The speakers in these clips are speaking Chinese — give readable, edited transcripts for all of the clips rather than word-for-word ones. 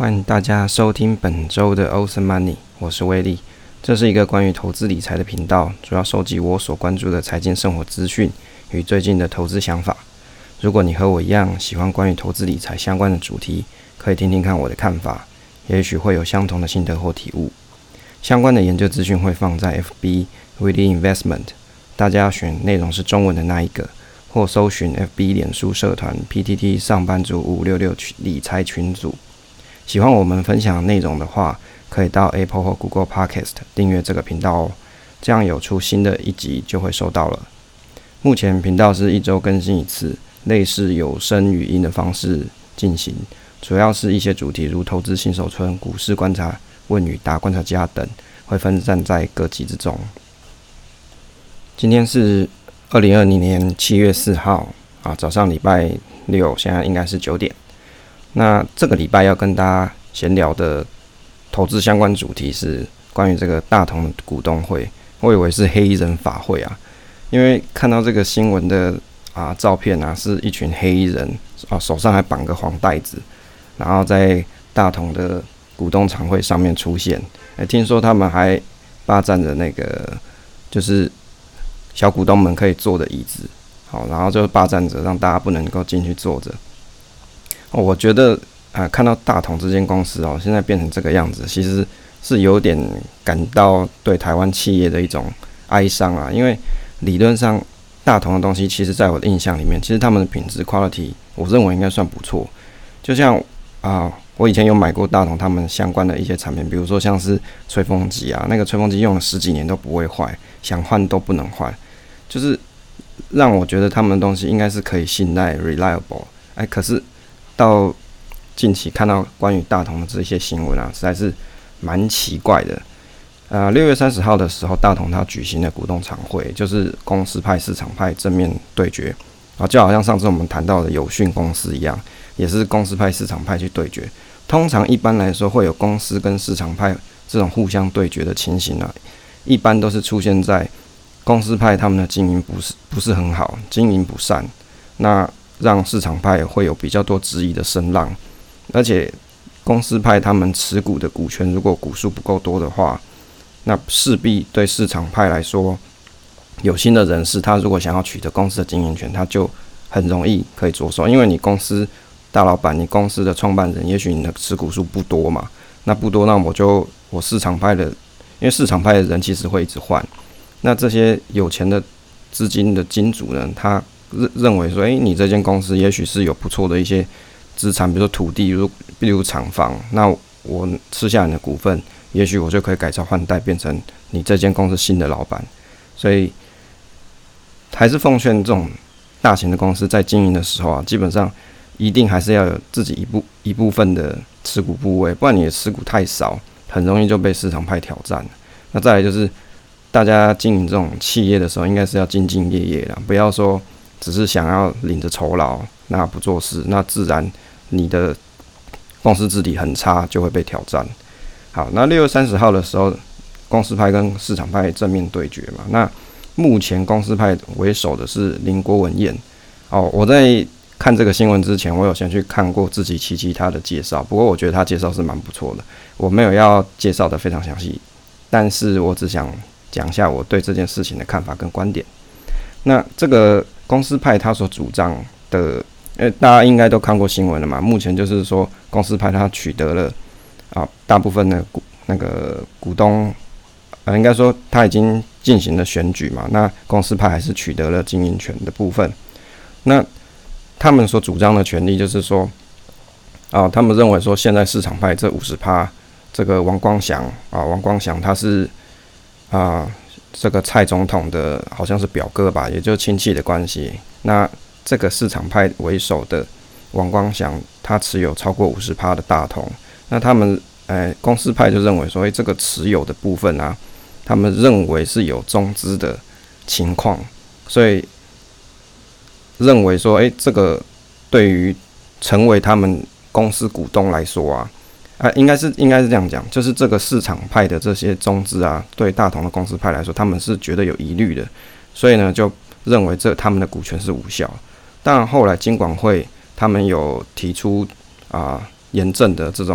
欢迎大家收听本周的 Awesome Money， 我是威利。这是一个关于投资理财的频道，主要收集我所关注的财经生活资讯与最近的投资想法。如果你和我一样喜欢关于投资理财相关的主题，可以听听看我的看法，也许会有相同的心得或体悟。相关的研究资讯会放在 FB Willy Investment， 大家选内容是中文的那一个，或搜寻 FB 脸书社团 PTT 上班族566理财群组。喜欢我们分享的内容的话，可以到 Apple 或 Google Podcast 订阅这个频道哦，这样有出新的一集就会收到了。目前频道是一周更新一次，类似有声语音的方式进行，主要是一些主题如投资新手村、股市观察、问与答、观察家等，会分散在各集之中。今天是2020年7月4号早上礼拜六，现在应该是9点。那这个礼拜要跟大家闲聊的投资相关主题是关于这个大同的股东会，我以为是黑衣人法会因为看到这个新闻的照片是一群黑衣人手上还绑个黄带子，然后在大同的股东常会上面出现，听说他们还霸占着那个就是小股东们可以坐的椅子，然后就霸占着让大家不能够进去坐着。我觉得看到大同这间公司现在变成这个样子，其实是有点感到对台湾企业的一种哀伤因为理论上大同的东西，其实在我的印象里面，其实他们的品质 quality 我认为应该算不错。就像我以前有买过大同他们相关的一些产品，比如说像是吹风机那个吹风机用了10几年都不会坏，想换都不能换，就是让我觉得他们的东西应该是可以信赖 reliable。可是到近期看到关于大同的这些新闻实在是蛮奇怪的。6月30号的时候，大同他举行了股东常会，就是公司派市场派正面对决就好像上次我们谈到的友讯公司一样，也是公司派市场派去对决。通常一般来说会有公司跟市场派这种互相对决的情形一般都是出现在公司派他们的经营不是很好，经营不善，那让市场派会有比较多质疑的声浪，而且公司派他们持股的股权如果股数不够多的话，那势必对市场派来说，有心的人士他如果想要取得公司的经营权，他就很容易可以着手，因为你公司大老板，你公司的创办人，也许你的持股数不多嘛，那不多，那我市场派的，因为市场派的人其实会一直换，那这些有钱的资金的金主呢，他认为说，你这间公司也许是有不错的一些资产，比如说土地，比如厂房，那我吃下你的股份，也许我就可以改朝换代，变成你这间公司新的老板。所以还是奉劝这种大型的公司在经营的时候基本上一定还是要有自己一部分的持股部位，不然你的持股太少，很容易就被市场派挑战。那再来就是大家经营这种企业的时候，应该是要兢兢业业啦，不要说只是想要领着酬劳，那不做事，那自然你的公司治理很差，就会被挑战。好，那6月30号的时候，公司派跟市场派正面对决嘛。那目前公司派为首的是林郭文彦。我在看这个新闻之前，我有先去看过志祺七七他的介绍，不过我觉得他介绍是蛮不错的，我没有要介绍的非常详细，但是我只想讲一下我对这件事情的看法跟观点。那这个公司派他所主张的，大家应该都看过新闻了嘛。目前就是说，公司派他取得了大部分的股东，应该说他已经进行了选举嘛。那公司派还是取得了经营权的部分。那他们所主张的权利就是说，他们认为说现在市场派这50%，这个王光祥他是这个蔡总统的好像是表哥吧，也就是亲戚的关系。那这个市场派为首的王光祥，他持有超过50%的大同。那他们公司派就认为说，这个持有的部分他们认为是有中资的情况，所以认为说，这个对于成为他们公司股东来说应该是这样讲，就是这个市场派的这些中资对大同的公司派来说，他们是觉得有疑虑的，所以呢就认为他们的股权是无效。当然后来金管会他们有提出严正的这种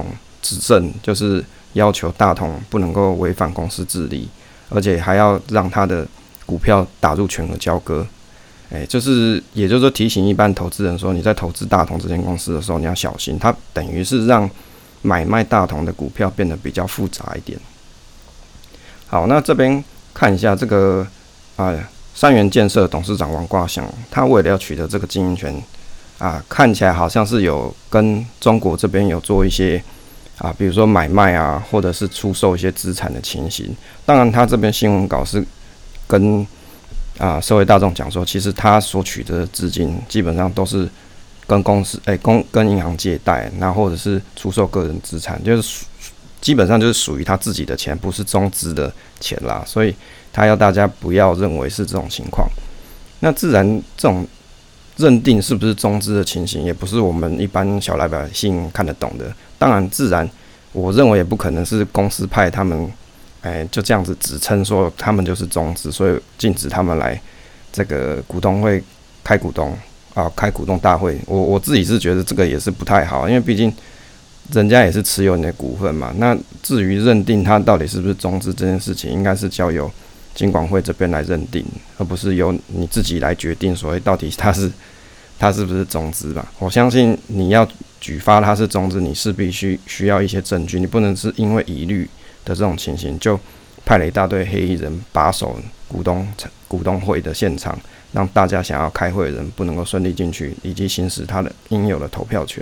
指正，就是要求大同不能够违反公司治理，而且还要让他的股票打入全额交割。也就是说提醒一般投资人说，你在投资大同这间公司的时候，你要小心，它等于是让买卖大同的股票变得比较复杂一点。好，那这边看一下这个三元建设董事长王卦祥，他为了要取得这个经营权看起来好像是有跟中国这边有做一些比如说买卖或者是出售一些资产的情形。当然，他这边新闻稿是跟社会大众讲说，其实他所取得的资金基本上都是跟公司跟银行借贷，那或者是出售个人资产，就是基本上就是属于他自己的钱，不是中资的钱啦。所以他要大家不要认为是这种情况。那自然这种认定是不是中资的情形，也不是我们一般小老百姓看得懂的。当然，自然我认为也不可能是公司派他们就这样子指称说他们就是中资，所以禁止他们来这个股东会开股东开股东大会。我自己是觉得这个也是不太好，因为毕竟人家也是持有你的股份嘛。那至于认定他到底是不是中资这件事情，应该是交由金管会这边来认定，而不是由你自己来决定所谓到底他是不是中资吧。我相信你要举发他是中资，你是必须要一些证据，你不能是因为疑虑的这种情形，就派了一大堆黑衣人把守股东会的现场，让大家想要开会的人不能够顺利进去，以及行使他的应有的投票权。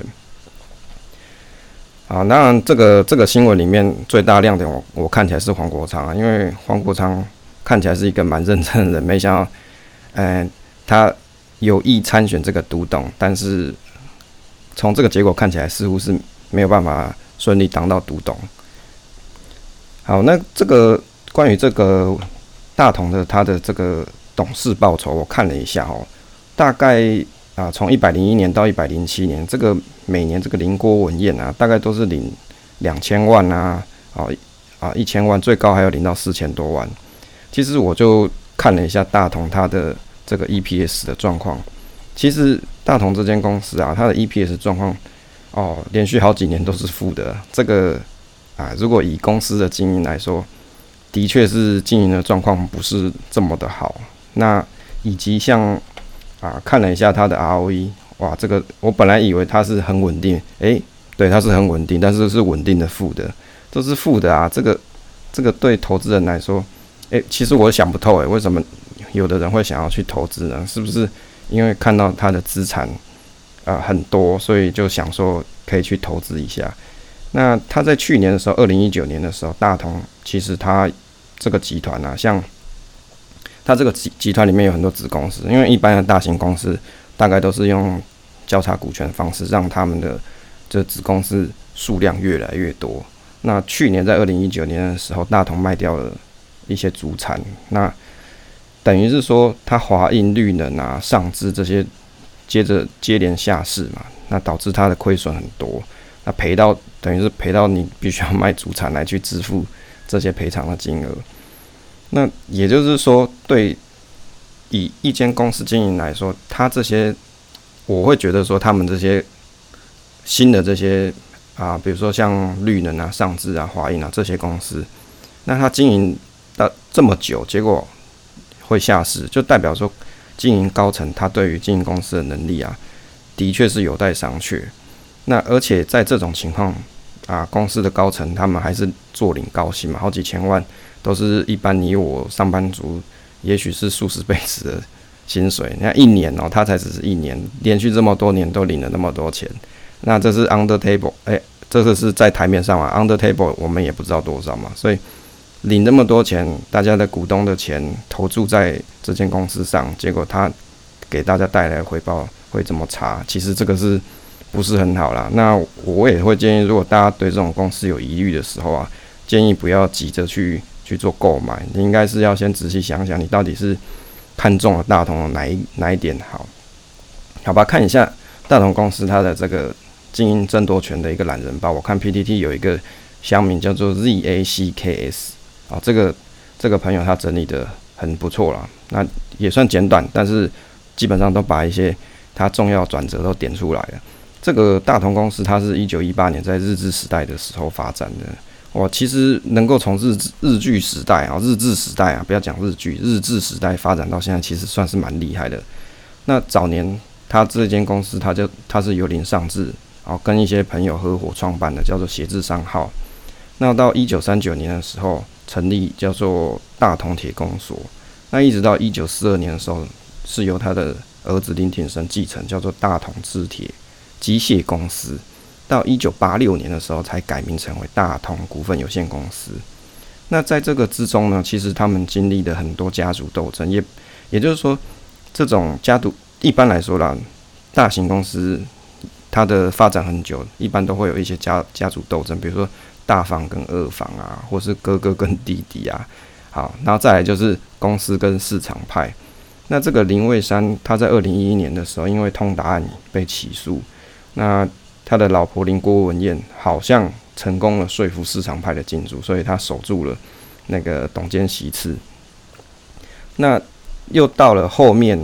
当然这个新闻里面最大亮点我看起来是黄国昌因为黄国昌看起来是一个蛮认真的人，没想到他有意参选这个独董，但是从这个结果看起来似乎是没有办法顺利当到独董。好，那这个关于这个大同的他的这个董事报酬，我看了一下大概从101年到107年，这个每年这个林郭文彦大概都是领2000万1000万，最高还有领到4000多万。其实我就看了一下大同它的这个 EPS 的状况，其实大同这间公司它的 EPS 状况连续好几年都是负的。这个如果以公司的经营来说，的确是经营的状况不是这么的好。那以及像看了一下它的 ROE， 这个我本来以为它是很稳定，对，它是很稳定，但是是稳定的负的，这是负的这个对投资人来说，其实我想不透为什么有的人会想要去投资呢？是不是因为看到他的资产很多，所以就想说可以去投资一下？那他在去年的时候，2019年的时候，大同其实他这个集团像他这个集团里面有很多子公司，因为一般的大型公司大概都是用交叉股权的方式，让他们的这子公司数量越来越多。那去年在2019年的时候，大同卖掉了一些主产，那等于是说它华映、绿能上资这些接连下市嘛，那导致它的亏损很多，那等于是赔到你必须要卖主产来去支付这些赔偿的金额。那也就是说，以一间公司经营来说，它这些我会觉得说，他们这些新的这些比如说像绿能上资华映这些公司，那它经营到这么久，结果会下市，就代表说经营高层他对于经营公司的能力的确是有待商榷。那而且在这种情况公司的高层他们还是坐领高薪嘛，好几千万，都是一般你我上班族也许是数十辈子的薪水。那一年他才只是一年，连续这么多年都领了那么多钱，那这是 under table， 这个是在台面上under table 我们也不知道多少嘛，所以领那么多钱，大家的股东的钱投注在这间公司上，结果他给大家带来的回报会这么差，其实这个是不是很好啦？那我也会建议，如果大家对这种公司有疑虑的时候建议不要急着去做购买，你应该是要先仔细想想，你到底是看中了大同的哪一点好？好吧，看一下大同公司它的这个经营争夺权的一个懒人包，我看 PTT 有一个乡民叫做 ZACKS。这个朋友他整理的很不错啦，那也算简短，但是基本上都把一些他重要转折都点出来了。 这个大同公司它是1918年在日治时代的时候发展的。我其实能够从日据时代啊、日治时代啊，不要讲日据，日治时代发展到现在，其实算是蛮厉害的。那早年他这间公司，他是由林尚志跟一些朋友合伙创办的，叫做协志商号。那到1939年的时候成立，叫做大同铁工所。那一直到1942年的时候，是由他的儿子林挺生继承，叫做大同制铁机械公司。到1986年的时候才改名成为大同股份有限公司。那在这个之中呢，其实他们经历了很多家族斗争，也就是说，这种一般来说啦，大型公司它的发展很久，一般都会有一些家族斗争，比如说大房跟二房啊，或是哥哥跟弟弟啊。好，然后再来就是公司跟市场派。那这个林蔚山他在2011年的时候，因为通达案被起诉，那他的老婆林郭文燕好像成功了说服市场派的进驻，所以他守住了那个董监席次。那又到了后面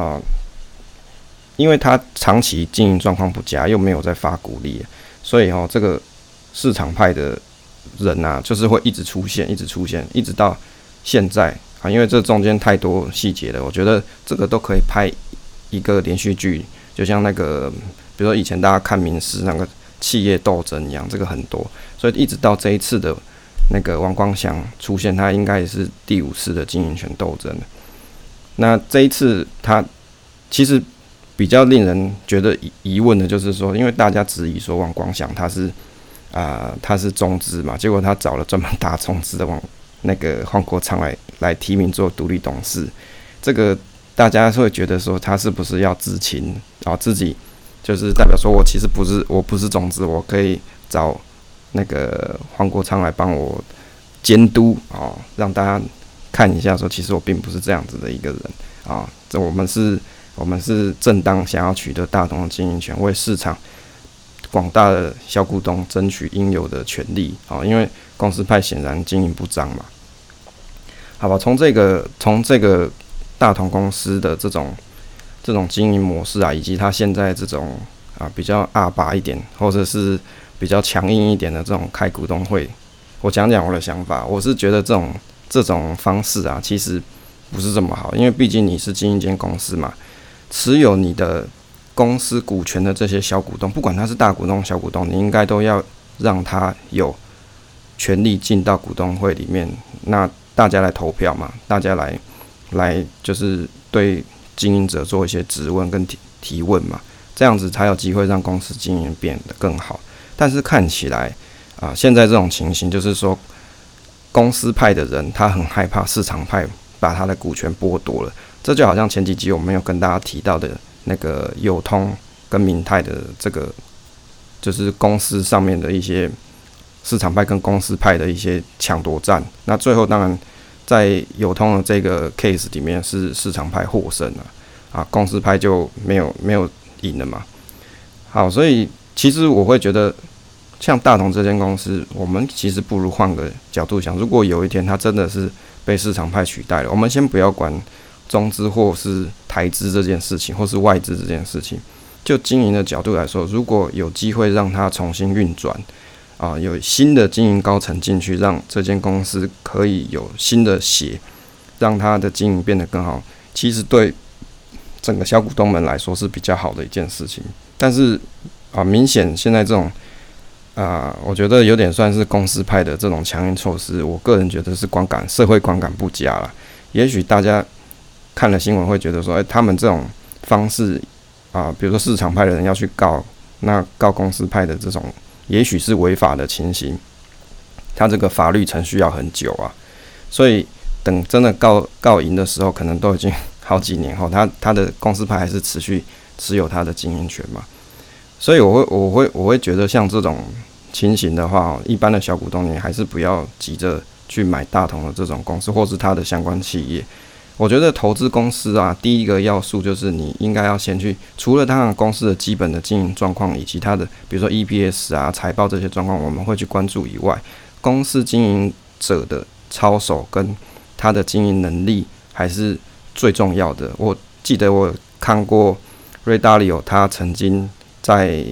因为他长期经营状况不佳，又没有再发股利，所以这个市场派的人啊，就是会一直出现，一直到现在因为这中间太多细节了，我觉得这个都可以拍一个连续剧，就像那个比如说以前大家看民视那个企业斗争一样，这个很多，所以一直到这一次的那个王光祥出现，他应该也是第5次的经营权斗争。那这一次他其实比较令人觉得疑问的就是说，因为大家质疑说王光祥他是中资嘛，结果他找了专门打中资的那个黄国昌来提名做独立董事，这个大家会觉得说他是不是要知情自己就是代表说我不是中资，我可以找那个黄国昌来帮我监督让大家看一下说其实我并不是这样子的一个人这我们是正当想要取得大同的经营权，为市场广大的小股东争取应有的权利因为公司派显然经营不彰嘛。好吧，从这个大同公司的这种经营模式以及它现在这种比较阿拔一点，或者是比较强硬一点的这种开股东会，我讲讲我的想法。我是觉得这种方式其实不是这么好，因为毕竟你是经营一间公司嘛，持有你的公司股权的这些小股东，不管他是大股东小股东，你应该都要让他有权利进到股东会里面，那大家来投票嘛，大家来就是对经营者做一些质问跟提问嘛，这样子才有机会让公司经营变得更好。但是看起来现在这种情形就是说，公司派的人他很害怕市场派把他的股权剥夺了，这就好像前几集我们有跟大家提到的那个友通跟明泰的这个，就是公司上面的一些市场派跟公司派的一些抢夺战。那最后当然在友通的这个 case 里面是市场派获胜了公司派就没有赢了嘛。好，所以其实我会觉得像大同这间公司，我们其实不如换个角度想，如果有一天它真的是被市场派取代了，我们先不要管中资或是台资这件事情，或是外资这件事情，就经营的角度来说，如果有机会让它重新运转有新的经营高层进去，让这间公司可以有新的血，让它的经营变得更好，其实对整个小股东们来说是比较好的一件事情。但是明显现在这种我觉得有点算是公司派的这种强硬措施，我个人觉得是社会观感不佳啦。也许大家看了新闻会觉得说，他们这种方式比如说市场派的人要去告公司派的这种，也许是违法的情形，他这个法律程序要很久所以等真的告赢的时候，可能都已经好几年后，他的公司派还是持续持有他的经营权嘛。所以我会觉得像这种情形的话，一般的小股东你还是不要急着去买大同的这种公司或是它的相关企业。我觉得投资公司第一个要素就是你应该要先去，除了当然公司的基本的经营状况以及它的比如说 EPS 财报这些状况我们会去关注以外，公司经营者的操守跟他的经营能力还是最重要的。我记得我有看过瑞达利欧他曾经在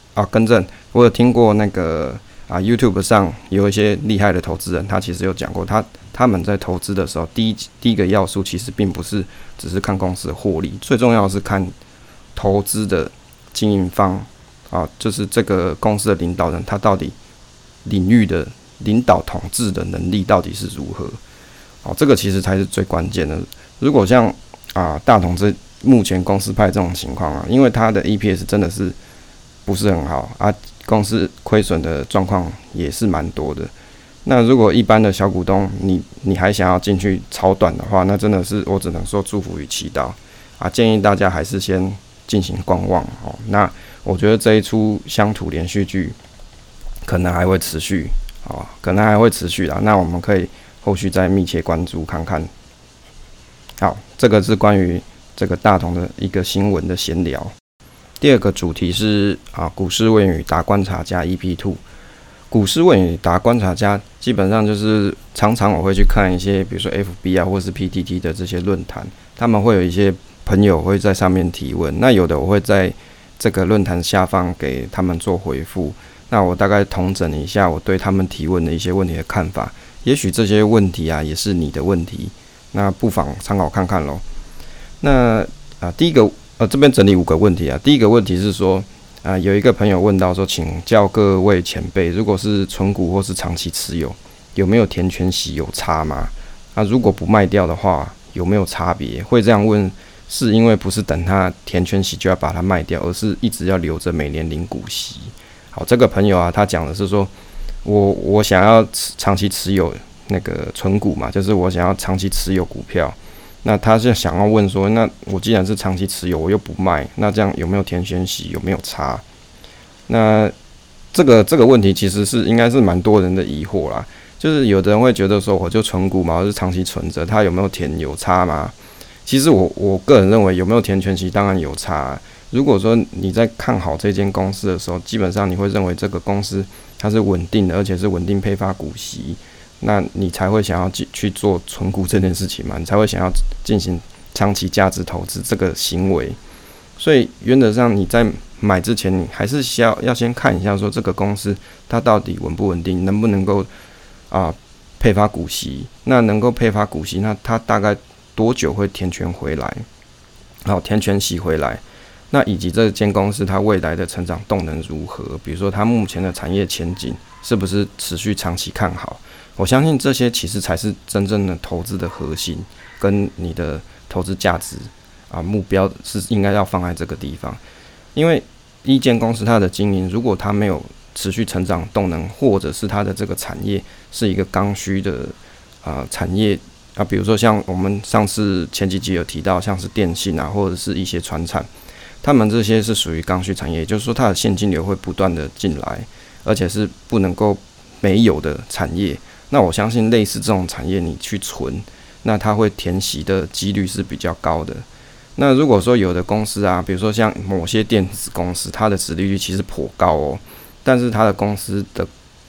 更正，我有听过那个YouTube 上有一些厉害的投资人，他其实有讲过，他们在投资的时候，第一个要素其实并不是只是看公司的获利，最重要的是看投资的经营方就是这个公司的领导人，他到底领域的领导统治的能力到底是如何？这个其实才是最关键的。如果像大同这目前公司派这种情况因为它的 EPS 真的是不是很好公司亏损的状况也是蛮多的。那如果一般的小股东，你还想要进去炒短的话，那真的是我只能说祝福与祈祷建议大家还是先进行观望那我觉得这一出乡土连续剧可能还会持续啦。那我们可以后续再密切关注看看。好，这个是关于这个大同的一个新闻的闲聊。第二个主题是股市问与答观察家 EP2。股市问与答观察家基本上就是常常我会去看一些比如说 FB 或是 PTT 的这些论坛，他们会有一些朋友会在上面提问，那有的我会在这个论坛下方给他们做回复。那我大概统整一下我对他们提问的一些问题的看法，也许这些问题也是你的问题，那不妨参考看看咯。那第一个这边整理5个问题第一个问题是说有一个朋友问到说，请教各位前辈，如果是存股或是长期持有，有没有填权息有差吗？如果不卖掉的话，有没有差别？会这样问，是因为不是等它填权息就要把它卖掉，而是一直要留着每年领股息。好，这个朋友他讲的是说，我想要长期持有那个存股嘛，就是我想要长期持有股票。那他是想要问说，那我既然是长期持有，我又不卖，那这样有没有填权息，有没有差？那这个问题其实是应该是蛮多人的疑惑啦。就是有的人会觉得说，我就存股嘛，我是长期存着，它有没有填有差吗？其实我个人认为，有没有填权息当然有差。如果说你在看好这间公司的时候，基本上你会认为这个公司它是稳定的，而且是稳定配发股息，那你才会想要去做存股这件事情嘛，你才会想要进行长期价值投资这个行为。所以原则上你在买之前，你还是要先看一下说这个公司它到底稳不稳定，能不能够配发股息。那能够配发股息，那它大概多久会填权回来？填权息回来。那以及这间公司它未来的成长动能如何？比如说它目前的产业前景是不是持续长期看好？我相信这些其实才是真正的投资的核心，跟你的投资价值目标是应该要放在这个地方。因为一间公司它的经营，如果它没有持续成长动能，或者是它的这个产业是一个刚需的产业比如说像我们上次前几集有提到，像是电信或者是一些传产，他们这些是属于刚需产业，也就是说它的现金流会不断的进来，而且是不能够没有的产业。那我相信类似这种产业你去存，那它会填息的几率是比较高的。那如果说有的公司比如说像某些电子公司，它的殖利率其实颇高但是它的公司的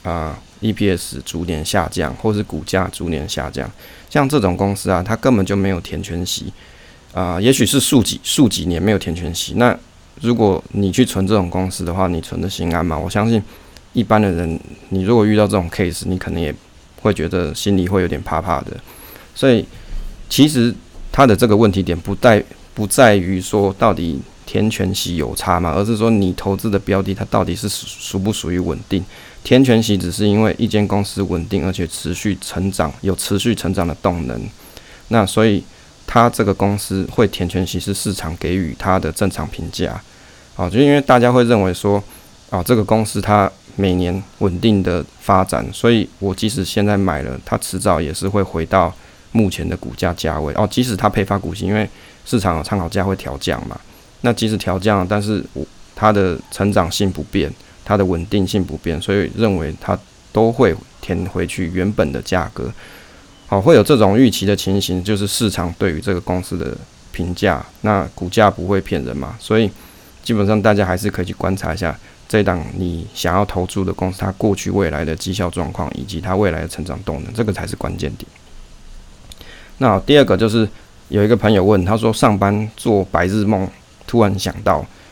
EPS 逐年下降，或是股价逐年下降，像这种公司它根本就没有填权息也许是数几年没有填权息。那如果你去存这种公司的话，你存的心安吗？我相信一般的人，你如果遇到这种 case， 你可能也会觉得心里会有点怕怕的。所以其实他的这个问题点不在于说到底填权息有差吗，而是说你投资的标的它到底是属不属于稳定。填权息只是因为一间公司稳定而且持续成长，有持续成长的动能，那所以它这个公司会填权息是市场给予它的正常评价就因为大家会认为说这个公司它每年稳定的发展，所以我即使现在买了，它迟早也是会回到目前的股价价位即使它配发股息，因为市场有参考价会调降嘛，那即使调降，但是它的成长性不变，它的稳定性不变，所以认为它都会填回去原本的价格会有这种预期的情形，就是市场对于这个公司的评价，那股价不会骗人嘛，所以基本上大家还是可以去观察一下这一档你想要投注的公司，它过去未来的绩效状况以及它未来的成长动能，这个才是关键点。那第二个就是有一个朋友问，他说上班做白日梦，突然想到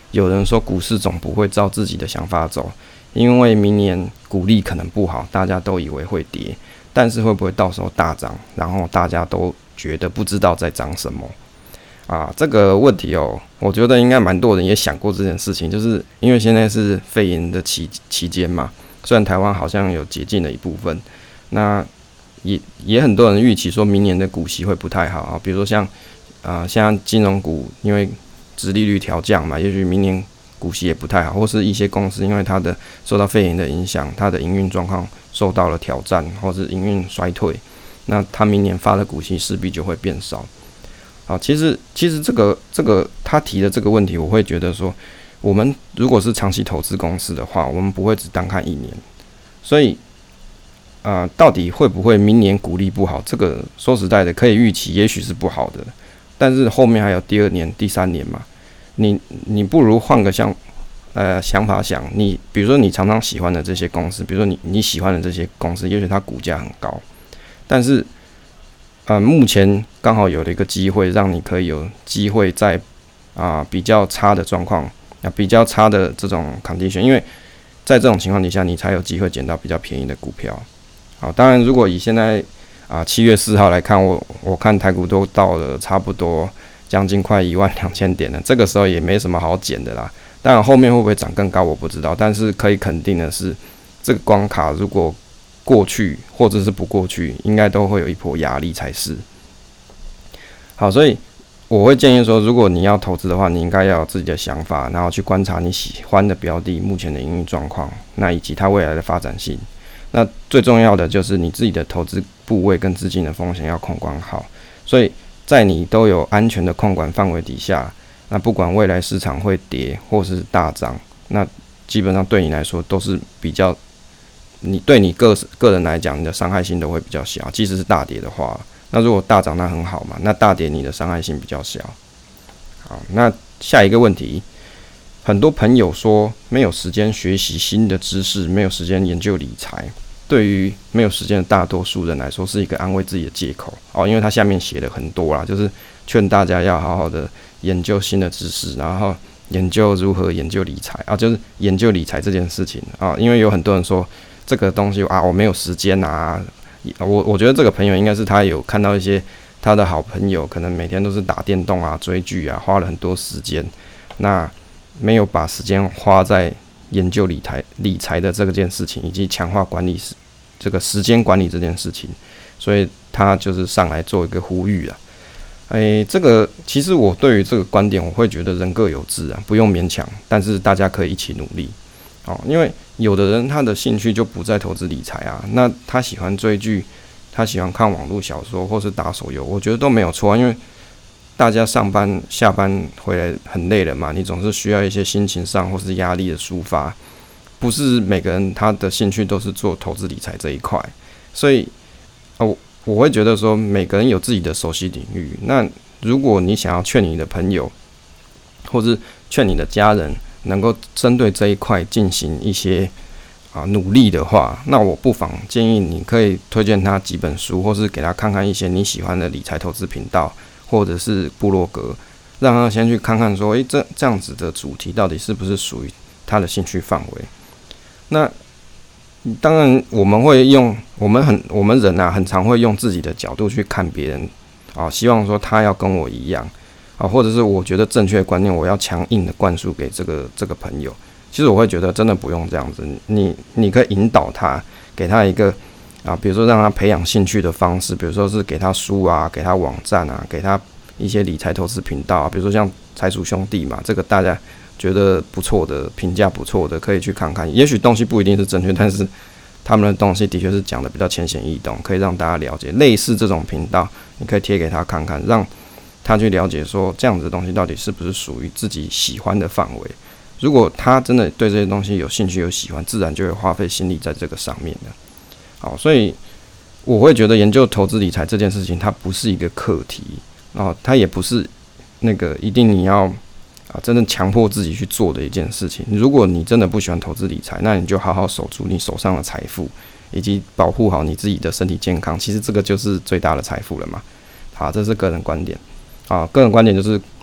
有人说股市总不会照自己的想法走，因为明年股利可能不好，大家都以为会跌，但是会不会到时候大涨，然后大家都觉得不知道在涨什么这个问题我觉得应该蛮多人也想过这件事情，就是因为现在是肺炎的期间嘛，虽然台湾好像有解禁的一部分，那也很多人预期说明年的股息会不太好比如说像金融股，因为殖利率调降嘛，也许明年股息也不太好，或是一些公司因为它的受到肺炎的影响，它的营运状况受到了挑战，或是营运衰退，那它明年发的股息势必就会变少。其实这个他提的这个问题，我会觉得说，我们如果是长期投资公司的话，我们不会只单看一年，所以到底会不会明年股利不好？这个说实在的，可以预期，也许是不好的，但是后面还有第2年、第3年嘛，你不如换个想法想，比如说你常常喜欢的这些公司，比如说你喜欢的这些公司，也许它股价很高，但是目前刚好有了一个机会，让你可以有机会在比较差的状况比较差的这种 condition， 因为在这种情况底下，你才有机会捡到比较便宜的股票。好，当然如果以现在7月4号来看，我看台股都到了差不多将近快12000点了，这个时候也没什么好捡的啦。当然后面会不会涨更高我不知道，但是可以肯定的是，这个关卡如果过去或者是不过去，应该都会有一波压力才是。好，所以我会建议说，如果你要投资的话，你应该要有自己的想法，然后去观察你喜欢的标的目前的营运状况，那以及它未来的发展性。那最重要的就是你自己的投资部位跟资金的风险要控管好。所以在你都有安全的控管范围底下，那不管未来市场会跌或是大涨，那基本上对你来说都是比较，对你个人来讲，你的伤害性都会比较小。即使是大跌的话，那如果大涨那很好嘛，那大跌你的伤害性比较小。好，那下一个问题，很多朋友说没有时间学习新的知识，没有时间研究理财，对于没有时间的大多数人来说是一个安慰自己的借口因为他下面写了很多啦，就是劝大家要好好的研究新的知识，然后研究如何研究理财就是研究理财这件事情因为有很多人说这个东西我没有时间我觉得这个朋友应该是他有看到一些他的好朋友可能每天都是打电动追剧花了很多时间，那没有把时间花在研究理财的这件事情，以及强化管理这个时间管理这件事情，所以他就是上来做一个呼吁这个其实我对于这个观点，我会觉得人各有志不用勉强，但是大家可以一起努力因为有的人他的兴趣就不在投资理财那他喜欢追剧，他喜欢看网络小说或是打手游，我觉得都没有错因为大家上班下班回来很累了嘛，你总是需要一些心情上或是压力的抒发，不是每个人他的兴趣都是做投资理财这一块，所以我会觉得说每个人有自己的熟悉领域，那如果你想要劝你的朋友或是劝你的家人能够针对这一块进行一些努力的话，那我不妨建议你可以推荐他几本书，或是给他看看一些你喜欢的理财投资频道或者是部落格，让他先去看看说这样子的主题到底是不是属于他的兴趣范围。那当然我们人很常会用自己的角度去看别人希望说他要跟我一样或者是我觉得正确的观念我要强硬的灌输给这个朋友。其实我会觉得真的不用这样子，你可以引导他，给他一个比如说让他培养兴趣的方式，比如说是给他书给他网站给他一些理财投资频道比如说像财鼠兄弟嘛，这个大家觉得不错的，评价不错的，可以去看看。也许东西不一定是正确，但是他们的东西的确是讲的比较浅显易懂，可以让大家了解。类似这种频道，你可以贴给他看看，让他去了解说这样子的东西到底是不是属于自己喜欢的范围。如果他真的对这些东西有兴趣有喜欢，自然就会花费心力在这个上面的。好，所以我会觉得研究投资理财这件事情，它不是一个课题它也不是那个一定你要真正强迫自己去做的一件事情。如果你真的不喜欢投资理财，那你就好好守住你手上的财富，以及保护好你自己的身体健康。其实这个就是最大的财富了嘛。好，这是个人观点个人观点就是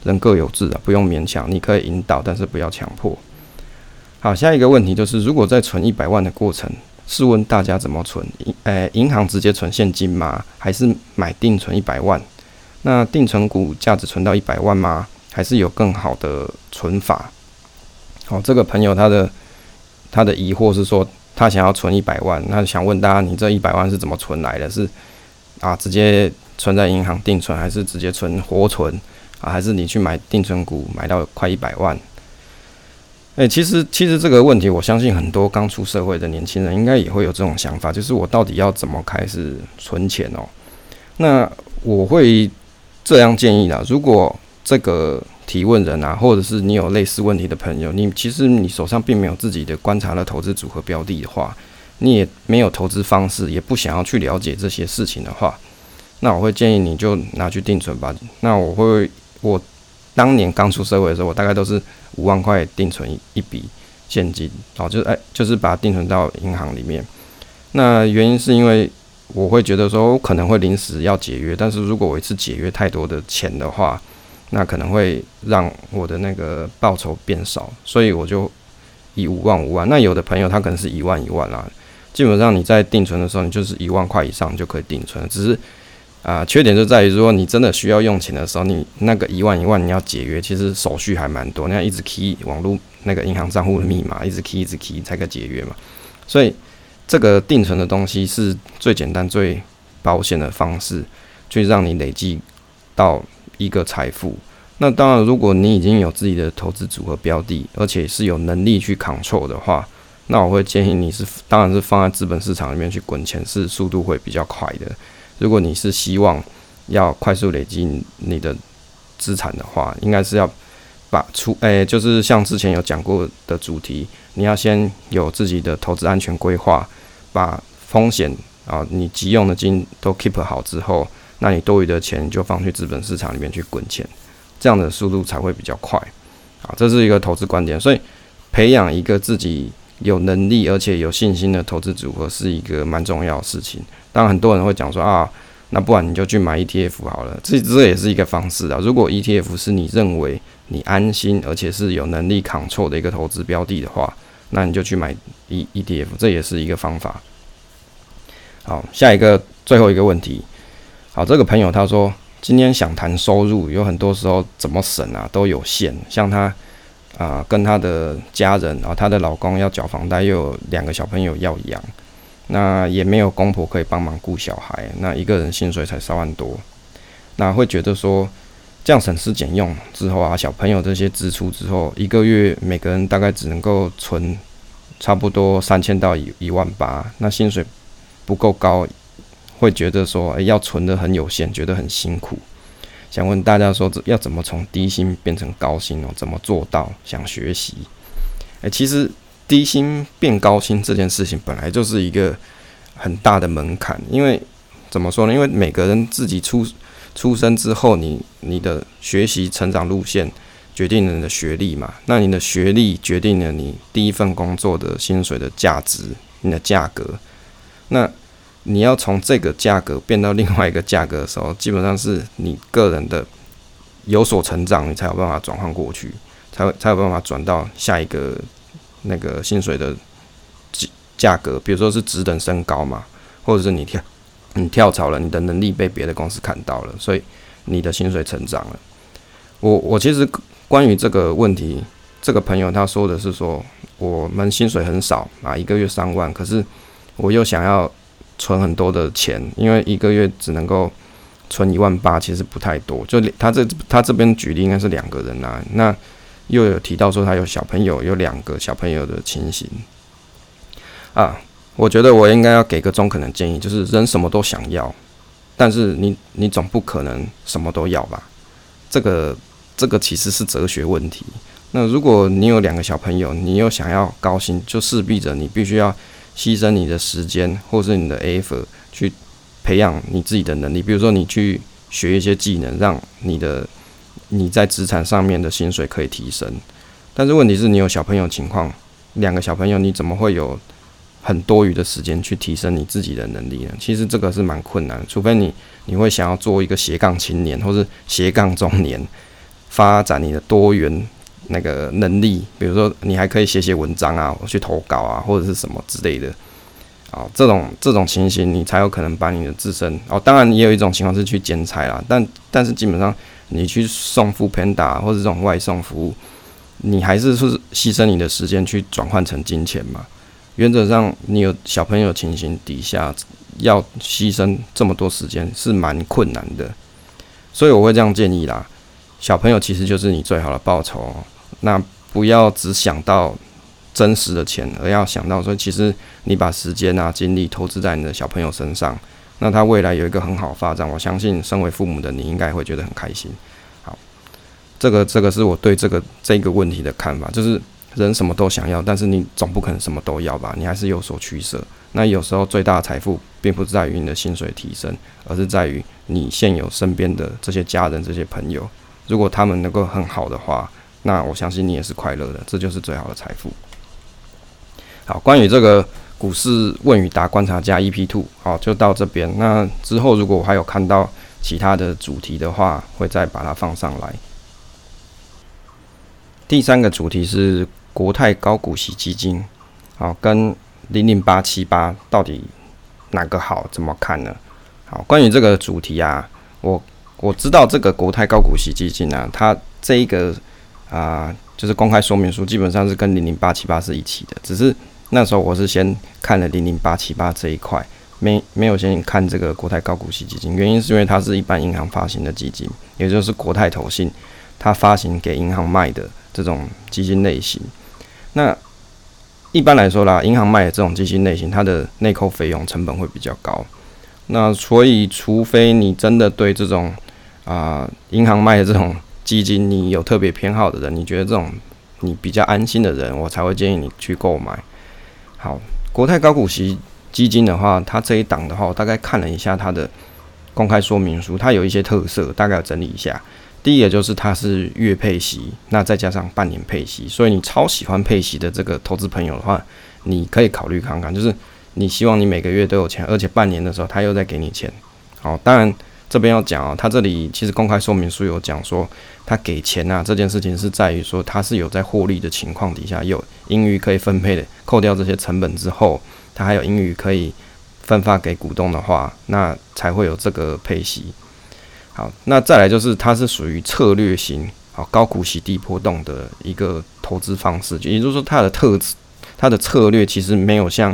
人各有志啊，不用勉强，你可以引导，但是不要强迫。好，下一个问题就是，如果在存100万的过程，试问大家怎么存？银行直接存现金吗？还是买定存100万？那定存股价值存到100万吗？还是有更好的存法？好，这个朋友他的疑惑是说，他想要存100万，那想问大家，你这100万是怎么存来的？是直接存在银行定存，还是直接存活存还是你去买定存股买到快100万？其实这个问题，我相信很多刚出社会的年轻人应该也会有这种想法，就是我到底要怎么开始存钱哦？那我会这样建议啦，如果这个提问人或者是你有类似问题的朋友，其实你手上并没有自己的观察的投资组合标的的话，你也没有投资方式，也不想要去了解这些事情的话，那我会建议你就拿去定存吧。那我当年刚出社会的时候，我大概都是5万块定存一笔现金，就是把它定存到银行里面。那原因是因为我会觉得说，我可能会临时要解约，但是如果我一次解约太多的钱的话，那可能会让我的那个报酬变少，所以我就以5万。那有的朋友他可能是1万啦，基本上你在定存的时候，你就是1万块以上就可以定存了，只是缺点就在于，如果你真的需要用钱的时候，你那个1万你要解约，其实手续还蛮多，你要一直 key 网络那个银行账户的密码，一直 key 才可以解约嘛。所以这个定存的东西是最简单、最保险的方式，去让你累积到一个财富。那当然，如果你已经有自己的投资组合标的，而且是有能力去 control 的话，那我会建议你当然是放在资本市场里面去滚钱，是速度会比较快的。如果你是希望要快速累积你的资产的话，应该是要就是像之前有讲过的主题，你要先有自己的投资安全规划，把风险你急用的金都 keep 好之后，那你多余的钱就放去资本市场里面去滚钱，这样的速度才会比较快。这是一个投资观点，所以培养一个自己有能力而且有信心的投资组合是一个蛮重要的事情。当然很多人会讲说那不然你就去买 ETF 好了，这也是一个方式如果 ETF 是你认为你安心而且是有能力 control 的一个投资标的的话，那你就去买 ETF， 这也是一个方法。好，最后一个问题。好，这个朋友他说今天想谈收入，有很多时候怎么省都有限，像他跟他的家人他的老公要缴房贷，又有2个小朋友要养，那也没有公婆可以帮忙顾小孩，那一个人薪水才3万多，那会觉得说这样省吃俭用之后小朋友这些支出之后，一个月每个人大概只能够存差不多3000到1万8，那薪水不够高，会觉得说要存得很有限，觉得很辛苦。想问大家说，要怎么从低薪变成高薪怎么做到？想学习。其实低薪变高薪这件事情本来就是一个很大的门槛，因为怎么说呢？因为每个人自己出生之后，你的学习成长路线决定了你的学历嘛，那你的学历决定了你第一份工作的薪水的价值，你的价格。那你要从这个价格变到另外一个价格的时候，基本上是你个人的有所成长，你才有办法转换过去，才有办法转到下一个那个薪水的价格，比如说是职等升高嘛，或者是你跳槽了，你的能力被别的公司看到了，所以你的薪水成长了。我其实关于这个问题，这个朋友他说的是说，我们薪水很少一个月3万，可是我又想要存很多的钱，因为一个月只能够存1万8，其实不太多。就他这边举例应该是2个人那又有提到说他有小朋友，有2个小朋友的情形我觉得我应该要给个中肯的建议，就是人什么都想要，但是你总不可能什么都要吧？这个其实是哲学问题。那如果你有2个小朋友，你又想要高薪，就势必着你必须要牺牲你的时间或是你的 effort 去培养你自己的能力，比如说你去学一些技能，让你在资产上面的薪水可以提升。但是问题是你有小朋友情况，2个小朋友你怎么会有很多余的时间去提升你自己的能力呢？其实这个是蛮困难的，除非你会想要做一个斜杠青年或是斜杠中年， 发展你的多元那个能力，比如说你还可以写文章啊，去投稿啊，或者是什么之类的。这种情形，你才有可能把你的自身当然也有一种情况是去兼差啦，但是基本上你去送Foodpanda或者这种外送服务，你还是牺牲你的时间去转换成金钱嘛。原则上，你有小朋友情形底下，要牺牲这么多时间是蛮困难的，所以我会这样建议啦。小朋友其实就是你最好的报酬，那不要只想到真实的钱，而要想到说，其实你把时间啊、精力投资在你的小朋友身上，那他未来有一个很好的发展，我相信身为父母的你应该会觉得很开心。好，这个是我对这个问题的看法，就是人什么都想要，但是你总不可能什么都要吧，你还是有所取舍。那有时候最大的财富并不在于你的薪水提升，而是在于你现有身边的这些家人、这些朋友，如果他们能够很好的话，那我相信你也是快乐的，这就是最好的财富。好，关于这个股市问与答观察家 EP2， 好，就到这边。那之后如果我还有看到其他的主题的话，会再把它放上来。第三个主题是国泰高股息基金，好，跟00878到底哪个好？怎么看呢？好，关于这个主题啊，我知道这个国泰高股息基金啊，它这一个就是公开说明书基本上是跟00878是一起的，只是那时候我是先看了00878这一块，没有先看这个国泰高股息基金，原因是因为它是一般银行发行的基金，也就是国泰投信它发行给银行卖的这种基金类型。那一般来说啦，银行卖的这种基金类型，它的内扣费用成本会比较高。那所以，除非你真的对这种银行卖的这种基金你有特别偏好的人，你觉得这种你比较安心的人，我才会建议你去购买。好，国泰高股息基金的话，它这一档的话，我大概看了一下它的公开说明书，它有一些特色，大概有整理一下。第一个就是它是月配息，那再加上半年配息，所以你超喜欢配息的这个投资朋友的话，你可以考虑看看，就是你希望你每个月都有钱，而且半年的时候他又在给你钱。好，当然这边要讲他这里其实公开说明书有讲说，他给钱这件事情是在于说他是有在获利的情况底下，有盈余可以分配的，扣掉这些成本之后，他还有盈余可以分发给股东的话，那才会有这个配息。好，那再来就是它是属于策略型，好，高股息低波动的一个投资方式，也就是说它的策略其实没有像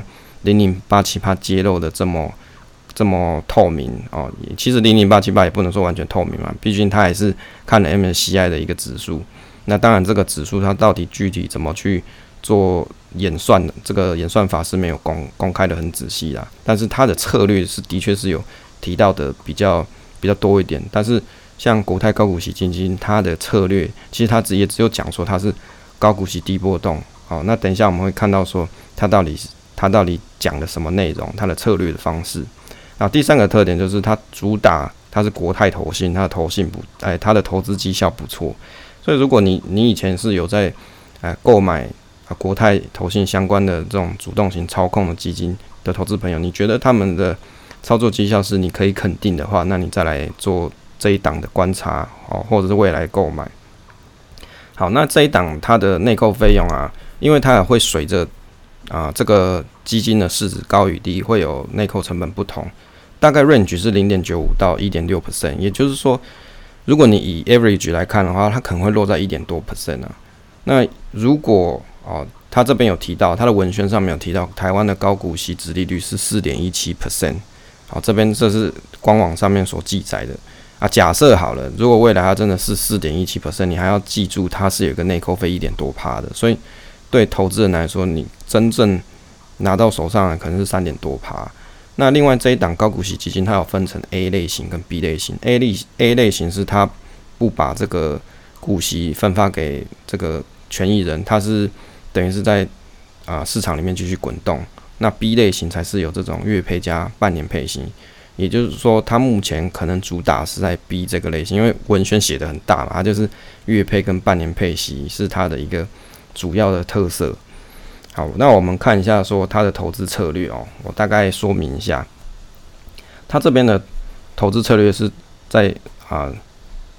00878揭露的这么透明哦。其实00878也不能说完全透明嘛，毕竟它还是看了 MSCI 的一个指数。那当然这个指数它到底具体怎么去做演算的，这个演算法是没有公开的很仔细啦，但是它的策略是的确是有提到的比较多一点，但是像国泰高股息基金，它的策略其实它也只有讲说它是高股息低波动。好，那等一下我们会看到说它到底讲了什么内容，它的策略的方式。然后第三个特点就是它主打它是国泰投信，它的投资绩效不错，所以如果你以前是有在购买国泰投信相关的这种主动型操控的基金的投资朋友，你觉得他们的操作绩效是你可以肯定的话，那你再来做这一档的观察或者是未来购买。好，那这一档它的内扣费用因为它也会随着这个基金的市值高与低会有内扣成本不同，大概 range 是 0.95 到 1.6%， 也就是说如果你以 average 来看的话，它可能会落在 1.多%。那如果它这边有提到，它的文宣上面有提到台湾的高股息殖利率是 4.17%。好，这边这是官网上面所记载的假设好了，如果未来它真的是 4.17%， 你还要记住它是有一个内扣费1%多的，所以对投资人来说，你真正拿到手上的可能是3%多。那另外这一档高股息基金，它有分成 A 类型跟 B 类型。A 类型是它不把这个股息分发给这个权益人，它是等于是在市场里面继续滚动。那 B 类型才是有这种月配加半年配息，也就是说，它目前可能主打是在 B 这个类型，因为文宣写得很大嘛，它就是月配跟半年配息是它的一个主要的特色。好，那我们看一下说它的投资策略我大概说明一下，它这边的投资策略是在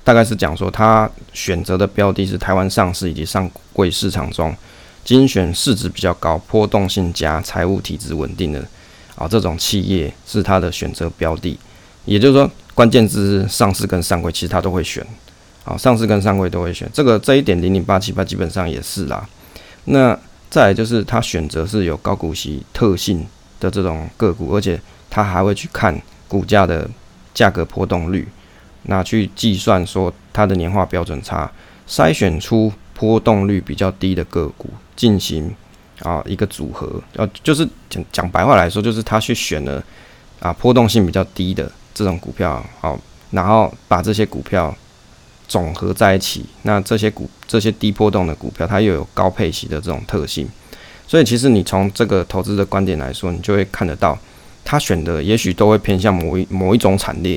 大概是讲说他选择的标的是台湾上市以及上柜市场中精选市值比较高、波动性佳、财务体质稳定的这种企业是他的选择标的。也就是说，关键字是上市跟上柜，其实他都会选。上市跟上柜都会选。这一点00878基本上也是啦。那再来就是他选择是有高股息特性的这种个股，而且他还会去看股价的价格波动率，那去计算说它的年化标准差，筛选出波动率比较低的个股进行一个组合，就是讲白话来说，就是他去选了波动性比较低的这种股票，然后把这些股票总合在一起，那这些低波动的股票，它又有高配息的这种特性，所以其实你从这个投资的观点来说，你就会看得到，他选的也许都会偏向某一种产业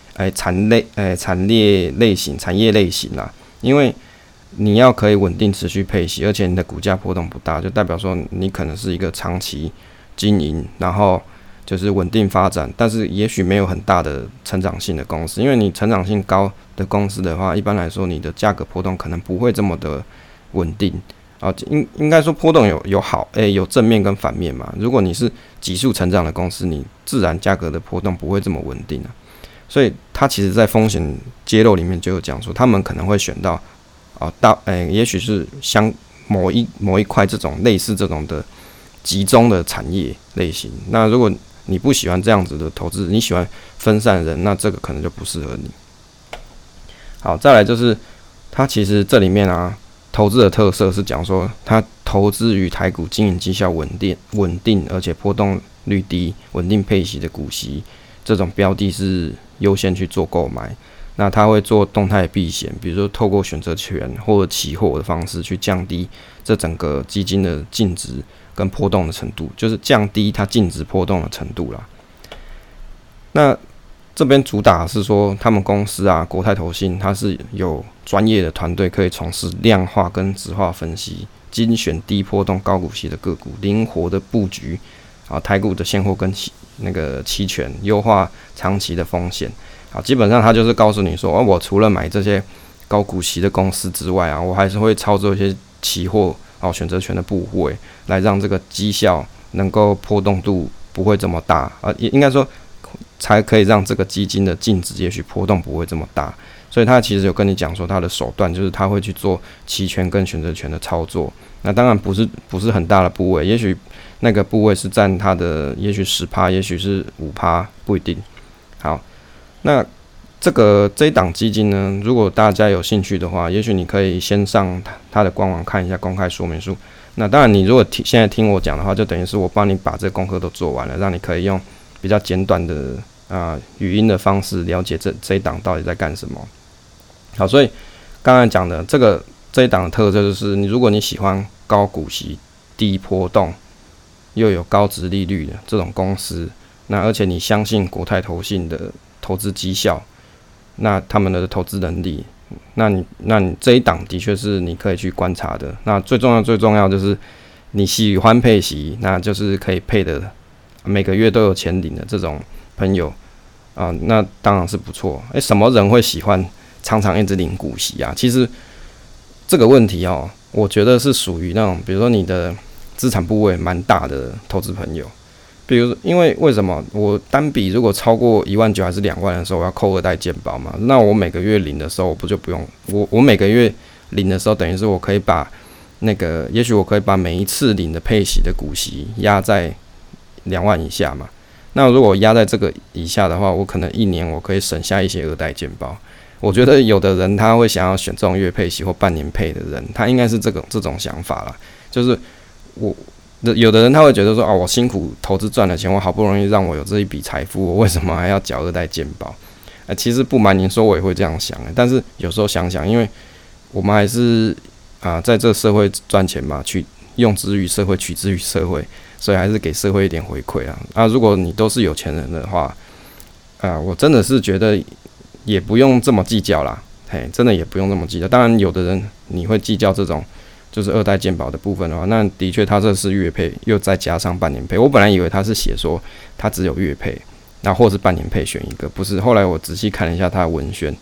类型啦，因为你要可以稳定持续配息，而且你的股价波动不大，就代表说你可能是一个长期经营，然后就是稳定发展，但是也许没有很大的成长性的公司，因为你成长性高的公司的话，一般来说你的价格波动可能不会这么的稳定应该说波动有正面跟反面嘛。如果你是急速成长的公司，你自然价格的波动不会这么稳定所以他其实在风险揭露里面就有讲说，他们可能会选到也许是某一块这种类似这种的集中的产业类型。那如果你不喜欢这样子的投资，你喜欢分散的人，那这个可能就不适合你。好，再来就是它其实这里面投资的特色是讲说，它投资于台股经营绩效稳定，而且波动率低、稳定配息的股息这种标的是优先去做购买。那它会做动态避险，比如说透过选择权或者期货的方式去降低这整个基金的净值跟波动的程度，就是降低它净值波动的程度啦。那这边主打是说，他们公司国泰投信它是有专业的团队可以从事量化跟质化分析，精选低波动高股息的个股，灵活的布局台股的现货跟那个期权，优化长期的风险。基本上他就是告诉你说，我除了买这些高股息的公司之外我还是会操作一些期货选择权的部位，来让这个绩效能够波动度不会这么大也应该说才可以让这个基金的净值也许波动不会这么大。所以他其实有跟你讲说，他的手段就是他会去做期权跟选择权的操作。那当然不是很大的部位，也许那个部位是占他的也许 10%， 也许是 5%， 不一定。好，那这一档基金呢，如果大家有兴趣的话，也许你可以先上它的官网看一下公开说明书。那当然，你如果现在听我讲的话，就等于是我帮你把这个功课都做完了，让你可以用比较简短的语音的方式了解这一档到底在干什么。好，所以刚才讲的这一档的特色就是，如果你喜欢高股息、低波动又有高殖利率的这种公司，那而且你相信国泰投信的投资绩效，那他们的投资能力，那你这一档的确是你可以去观察的。那最重要就是你喜欢配息，那就是可以配的每个月都有钱领的这种朋友那当然是不错。什么人会喜欢常常一直领股息其实这个问题我觉得是属于那种，比如说你的资产部位蛮大的投资朋友。比如，因为什么？我单笔如果超过19000还是2万的时候，我要扣2代健保嘛。那我每个月领的时候，我就不用我每个月领的时候，等于是我可以把也许我可以把每一次领的配息的股息压在2万以下嘛。那如果压在这个以下的话，我可能1年我可以省下一些2代健保。我觉得有的人他会想要选这种月配息或半年配的人，他应该是这种想法啦，就是有的人他会觉得说我辛苦投资赚了钱，我好不容易让我有这一笔财富，我为什么还要缴2代健保？其实不瞒您说，我也会这样想但是有时候想想，因为我们还是在这个社会赚钱嘛，用之于社会，取之于社会，所以还是给社会一点回馈如果你都是有钱人的话我真的是觉得也不用这么计较啦，真的也不用这么计较。当然有的人你会计较这种就是2代健保的部分的话，那的确他这是月配，又再加上半年配。我本来以为他是写说他只有月配，那或是半年配选一个，不是。后来我仔细看了一下他的文宣，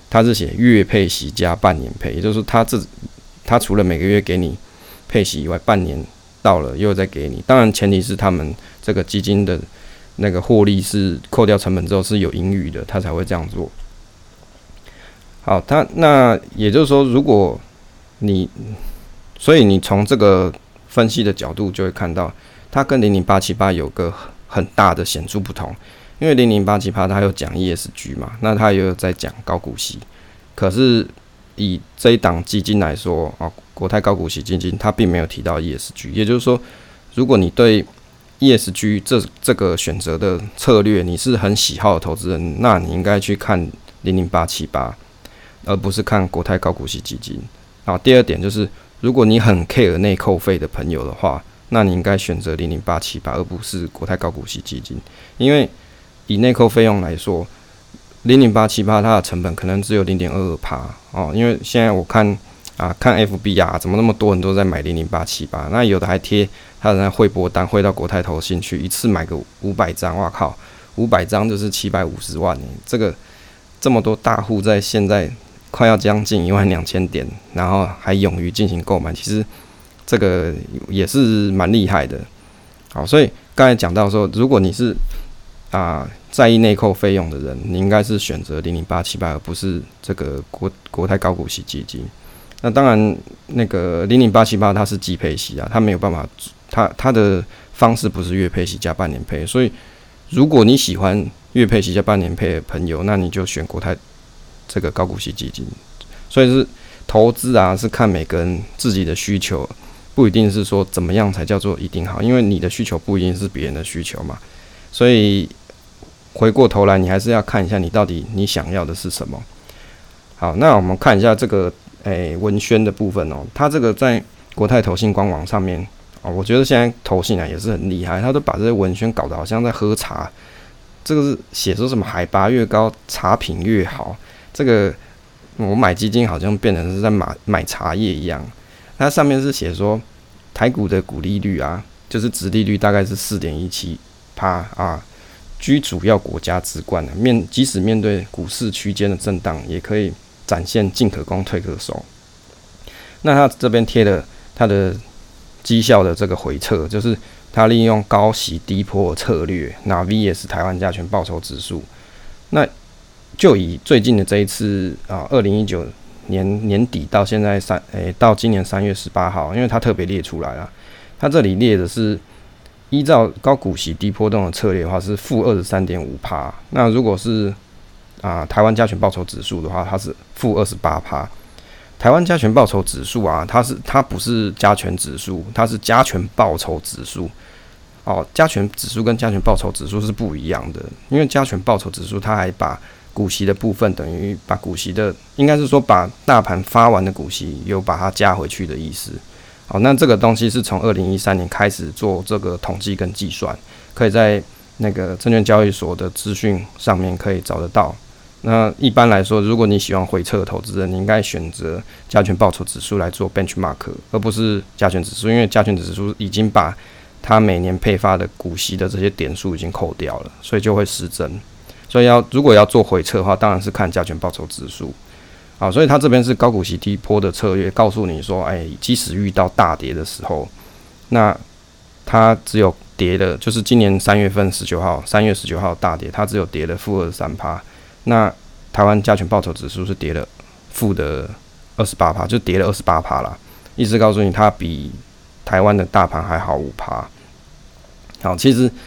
它是写月配息加半年配，也就是说它除了每个月给你配息以外，半年到了又再给你。当然前提是他们这个基金的那个获利是扣掉成本之后是有盈余的，他才会这样做。好，那也就是说，所以你从这个分析的角度就会看到，它跟00878有个很大的显著不同。因为00878它有讲 ESG 嘛，那它也有在讲高股息。可是以这一档基金来说，国泰高股息基金它并没有提到 ESG， 也就是说，如果你对 ESG 这个选择的策略你是很喜好的投资人，那你应该去看00878，而不是看国泰高股息基金。好，第二点就是，如果你很 care 内扣费的朋友的话，那你应该选择00878，而不是国泰高股息基金，因为以内扣费用来说，00878它的成本可能只有 0.22% 哦，因为现在我看FB 怎么那么多人都在买00878，那有的还贴他的那汇拨单汇到国泰投信去，一次买个500张，哇靠，500张就是750万这么多大户在现在快要将近12000点，然后还勇于进行购买，其实这个也是蛮厉害的。好，所以刚才讲到说，如果你是在意内扣费用的人，你应该是选择00878，而不是这个国泰高股息基金。那当然，那个00878它是季配息它没有办法，它的方式不是月配息加半年配，所以如果你喜欢月配息加半年配的朋友，那你就选国泰这个高股息基金。所以是投资是看每个人自己的需求，不一定是说怎么样才叫做一定好，因为你的需求不一定是别人的需求嘛。所以回过头来，你还是要看一下你到底你想要的是什么。好，那我们看一下这个文宣的部分它这个在国泰投信官网上面我觉得现在投信也是很厉害，他都把这些文宣搞得好像在喝茶。这个是写说什么海拔越高茶品越好，这个我买基金好像变成是在买茶叶一样。它上面是写说台股的股利率就是殖利率大概是 4.17%居主要国家之冠即使面对股市区间的震荡，也可以展现进可攻退可守。那他这边贴了他的绩效的这个回测，就是他利用高息低波的策略，那 VS 台湾加权报酬指数。那就以最近的这一次2019年底到现在到今年3月18号，因为他特别列出来了，他这里列的是依照高股息低波动的策略的话是负 23.5%， 那如果是台湾加权报酬指数的话，它是负 28%。 台湾加权报酬指数它不是加权指数，它是加权报酬指数加权指数跟加权报酬指数是不一样的，因为加权报酬指数它还把股息的部分等于把股息的，应该是说把大盘发完的股息有把它加回去的意思。好，那这个东西是从2013年开始做这个统计跟计算，可以在那个证券交易所的资讯上面可以找得到。那一般来说，如果你喜欢回测的投资人，你应该选择加权报酬指数来做 benchmark， 而不是加权指数，因为加权指数已经把它每年配发的股息的这些点数已经扣掉了，所以就会失真。所以如果要做回测的话，当然是看加权报酬指数。好，所以它这边是高股息低波的策略，告诉你说，即使遇到大跌的时候，那它只有跌的，就是今年3月19号大跌，它只有跌了负 23%， 那台湾加权报酬指数是跌了负的 28%， 就跌了 28% 啦，意思告诉你它比台湾的大盘还好 5%。 好，其实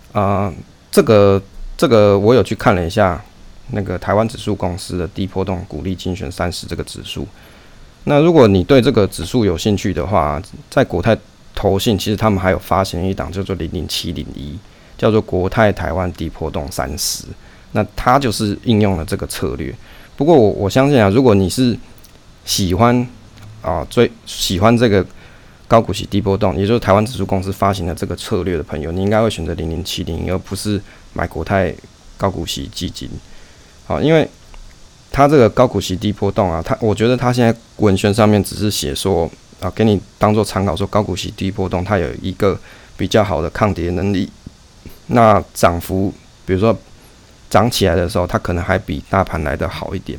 这个我有去看了一下那个台湾指数公司的低波动股利精选30这个指数。那如果你对这个指数有兴趣的话，在国泰投信其实他们还有发行一档叫做00701，叫做国泰台湾低波动30，那它就是应用了这个策略。不过我相信如果你是喜欢最喜欢这个高股息低波动，也就是台湾指数公司发行的这个策略的朋友，你应该会选择00701，而不是买国泰高股息基金。好，因为它这个高股息低波动我觉得它现在文宣上面只是写说给你当做参考，说高股息低波动它有一个比较好的抗跌能力，那涨幅比如说涨起来的时候，它可能还比大盘来的好一点。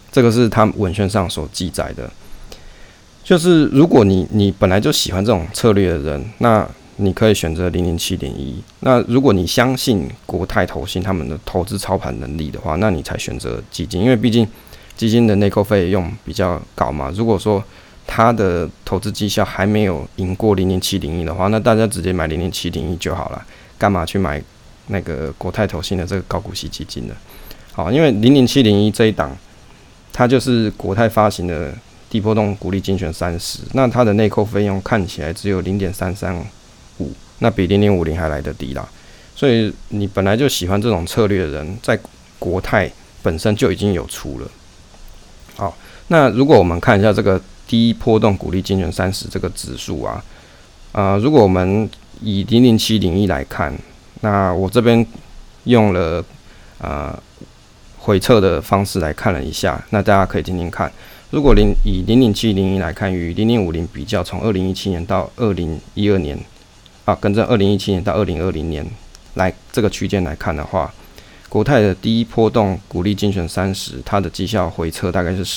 这个是他们文宣上所记载的。就是如果你本来就喜欢这种策略的人，那你可以选择00701。那如果你相信国泰投信他们的投资操盘能力的话，那你才选择基金，因为毕竟基金的内扣费用比较高嘛。如果说它的投资绩效还没有赢过00701的话，那大家直接买00701就好了，干嘛去买那个国泰投信的这个高股息基金呢？好，因为00701这一档，它就是国泰发行的低波动股利精选30，那它的内扣费用看起来只有0.335，那比0050还来得低啦。所以你本来就喜欢这种策略的人，在国泰本身就已经有出了。好，那如果我们看一下这个低波动股利精选30这个指数啊，如果我们以00701来看，那我这边用了回测的方式来看了一下，那大家可以听听看。如果以00701来看，与0050比较，从2017年到2012年更正2017年到2020年来这个区间来看的话，国泰的低波动股利精选30，它的绩效回测大概是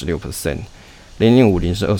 16%，0050 是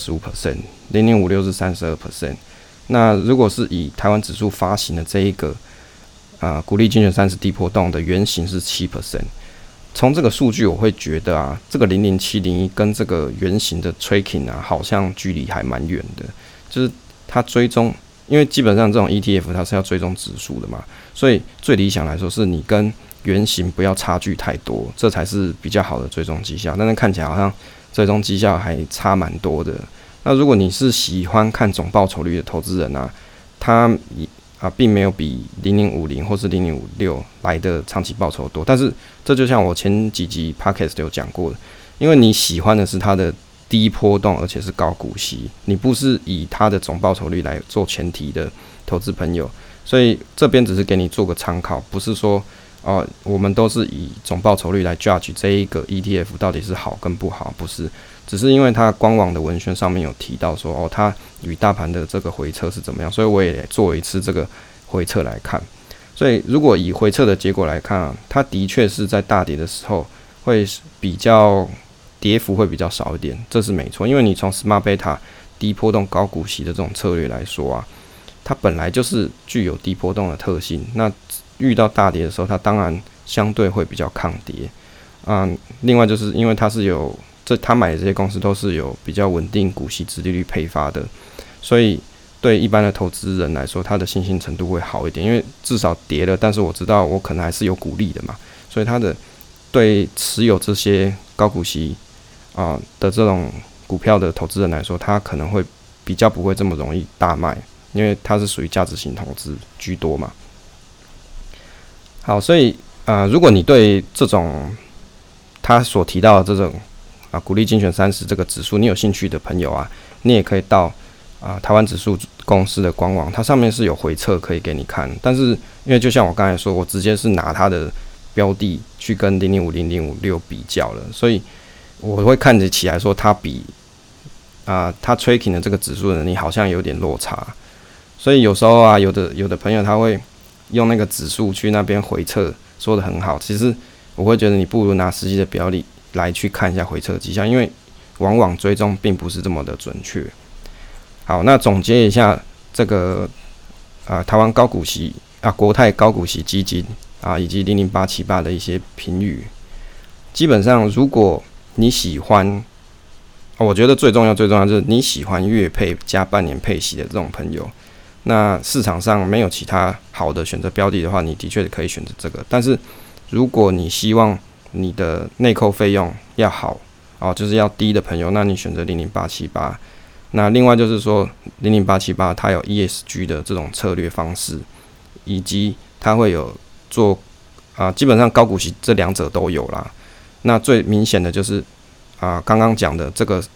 25%，0056 是 32%。那如果是以台湾指数发行的这一个股利精选30低波动的原型是 7%。从这个数据我会觉得这个00701跟这个原型的 tracking 好像距离还蛮远的，就是它追踪，因为基本上这种 ETF 它是要追踪指数的嘛，所以最理想来说是你跟原型不要差距太多，这才是比较好的追踪绩效。但是看起来好像追踪绩效还差蛮多的。那如果你是喜欢看总报酬率的投资人他并没有比0050或是0056来的长期报酬多，但是这就像我前几集 Podcast 有讲过的，因为你喜欢的是它的低波动而且是高股息，你不是以它的总报酬率来做前提的投资朋友，所以这边只是给你做个参考，不是说我们都是以总报酬率来 judge 这一个 ETF 到底是好跟不好，不是，只是因为它官网的文宣上面有提到说它与大盘的这个回测是怎么样，所以我也做了一次这个回测来看。所以如果以回测的结果来看它的确是在大跌的时候会比较跌幅会比较少一点，这是没错。因为你从 Smart Beta 低波动高股息的这种策略来说它本来就是具有低波动的特性，那遇到大跌的时候它当然相对会比较抗跌另外就是因为它是有他买的这些公司都是有比较稳定股息殖利率配发的，所以对一般的投资人来说，他的信心程度会好一点，因为至少跌了，但是我知道我可能还是有股利的嘛，所以他的对持有这些高股息的这种股票的投资人来说，他可能会比较不会这么容易大卖，因为它是属于价值型投资居多嘛。好，所以如果你对这种他所提到的这种股利精选30这个指数你有兴趣的朋友你也可以到台湾指数公司的官网，它上面是有回测可以给你看，但是因为就像我刚才说，我直接是拿它的标的去跟0050、0056比较了，所以我会看得起来说它比它 tracking 的这个指数的能力好像有点落差，所以有时候有的朋友他会用那个指数去那边回测，说得很好，其实我会觉得你不如拿实际的表里来去看一下回测绩效，因为往往追踪并不是这么的准确。好，那总结一下这个台湾高股息国泰高股息基金以及00878的一些评语。基本上如果你喜欢我觉得最重要就是你喜欢月配加半年配息的这种朋友，那市场上没有其他好的选择标的的话，你的确可以选择这个。但是如果你希望你的内扣费用要好就是要低的朋友，那你选择00878。那另外就是说00878它有 ESG 的这种策略方式，以及它会有做基本上高股息这两者都有啦。那最明显的就是刚刚讲的这个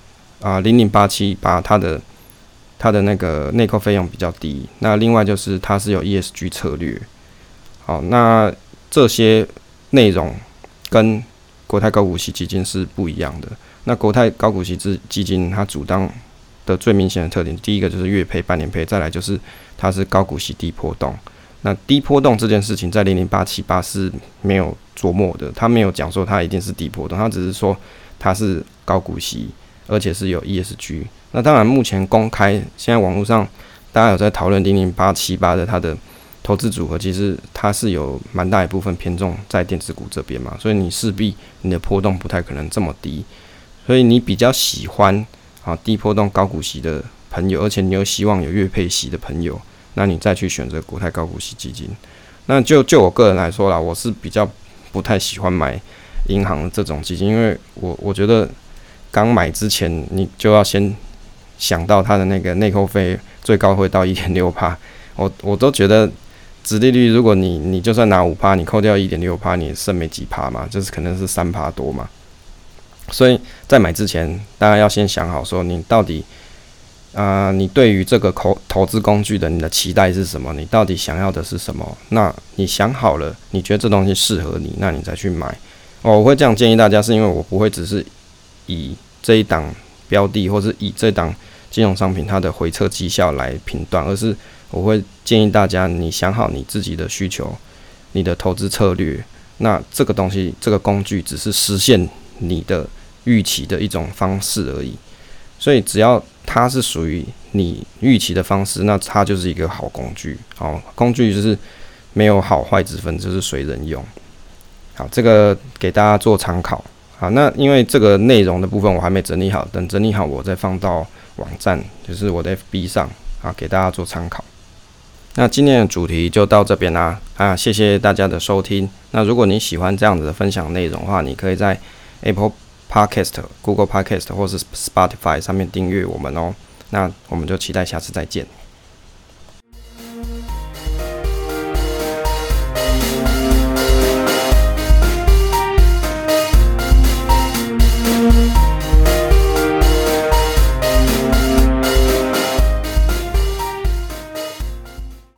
00878它的那个内扣费用比较低，那另外就是它是有 ESG 策略。好，那这些内容跟国泰高股息基金是不一样的。那国泰高股息基金它主张的最明显的特点，第一个就是月配半年配，再来就是它是高股息低波动。那低波动这件事情在00878是没有琢磨的，他没有讲说它一定是低波动，他只是说它是高股息，而且是有 ESG。那当然，目前公开现在网络上大家有在讨论00878的它的投资组合，其实它是有蛮大一部分偏重在电子股这边嘛，所以你势必你的波动不太可能这么低，所以你比较喜欢低波动高股息的朋友，而且你又希望有月配息的朋友，那你再去选择国泰高股息基金。那就我个人来说啦，我是比较不太喜欢买银行的这种基金，因为我觉得刚买之前你就要先想到它的那个内扣费最高会到 1.6%， 我都觉得殖利率如果你就算拿 5%， 你扣掉 1.6%， 你剩没几%嘛，就是可能是 3% 多嘛。所以在买之前大家要先想好说你到底你对于这个投资工具的你的期待是什么？你到底想要的是什么？那你想好了，你觉得这东西适合你，那你再去买。我会这样建议大家，是因为我不会只是以这一档标的，或是以这档金融商品它的回测绩效来评断，而是我会建议大家，你想好你自己的需求，你的投资策略，那这个东西，这个工具只是实现你的预期的一种方式而已。所以只要它是属于你预期的方式，那它就是一个好工具。好，工具就是没有好坏之分，就是随人用。好，这个给大家做参考。好，那因为这个内容的部分我还没整理好，等整理好我再放到网站，就是我的 FB 上给大家做参考。那今天的主题就到这边啦谢谢大家的收听。那如果你喜欢这样子的分享内容的话，你可以在 Apple Podcast、Google Podcast 或是 Spotify 上面订阅我们哦。那我们就期待下次再见。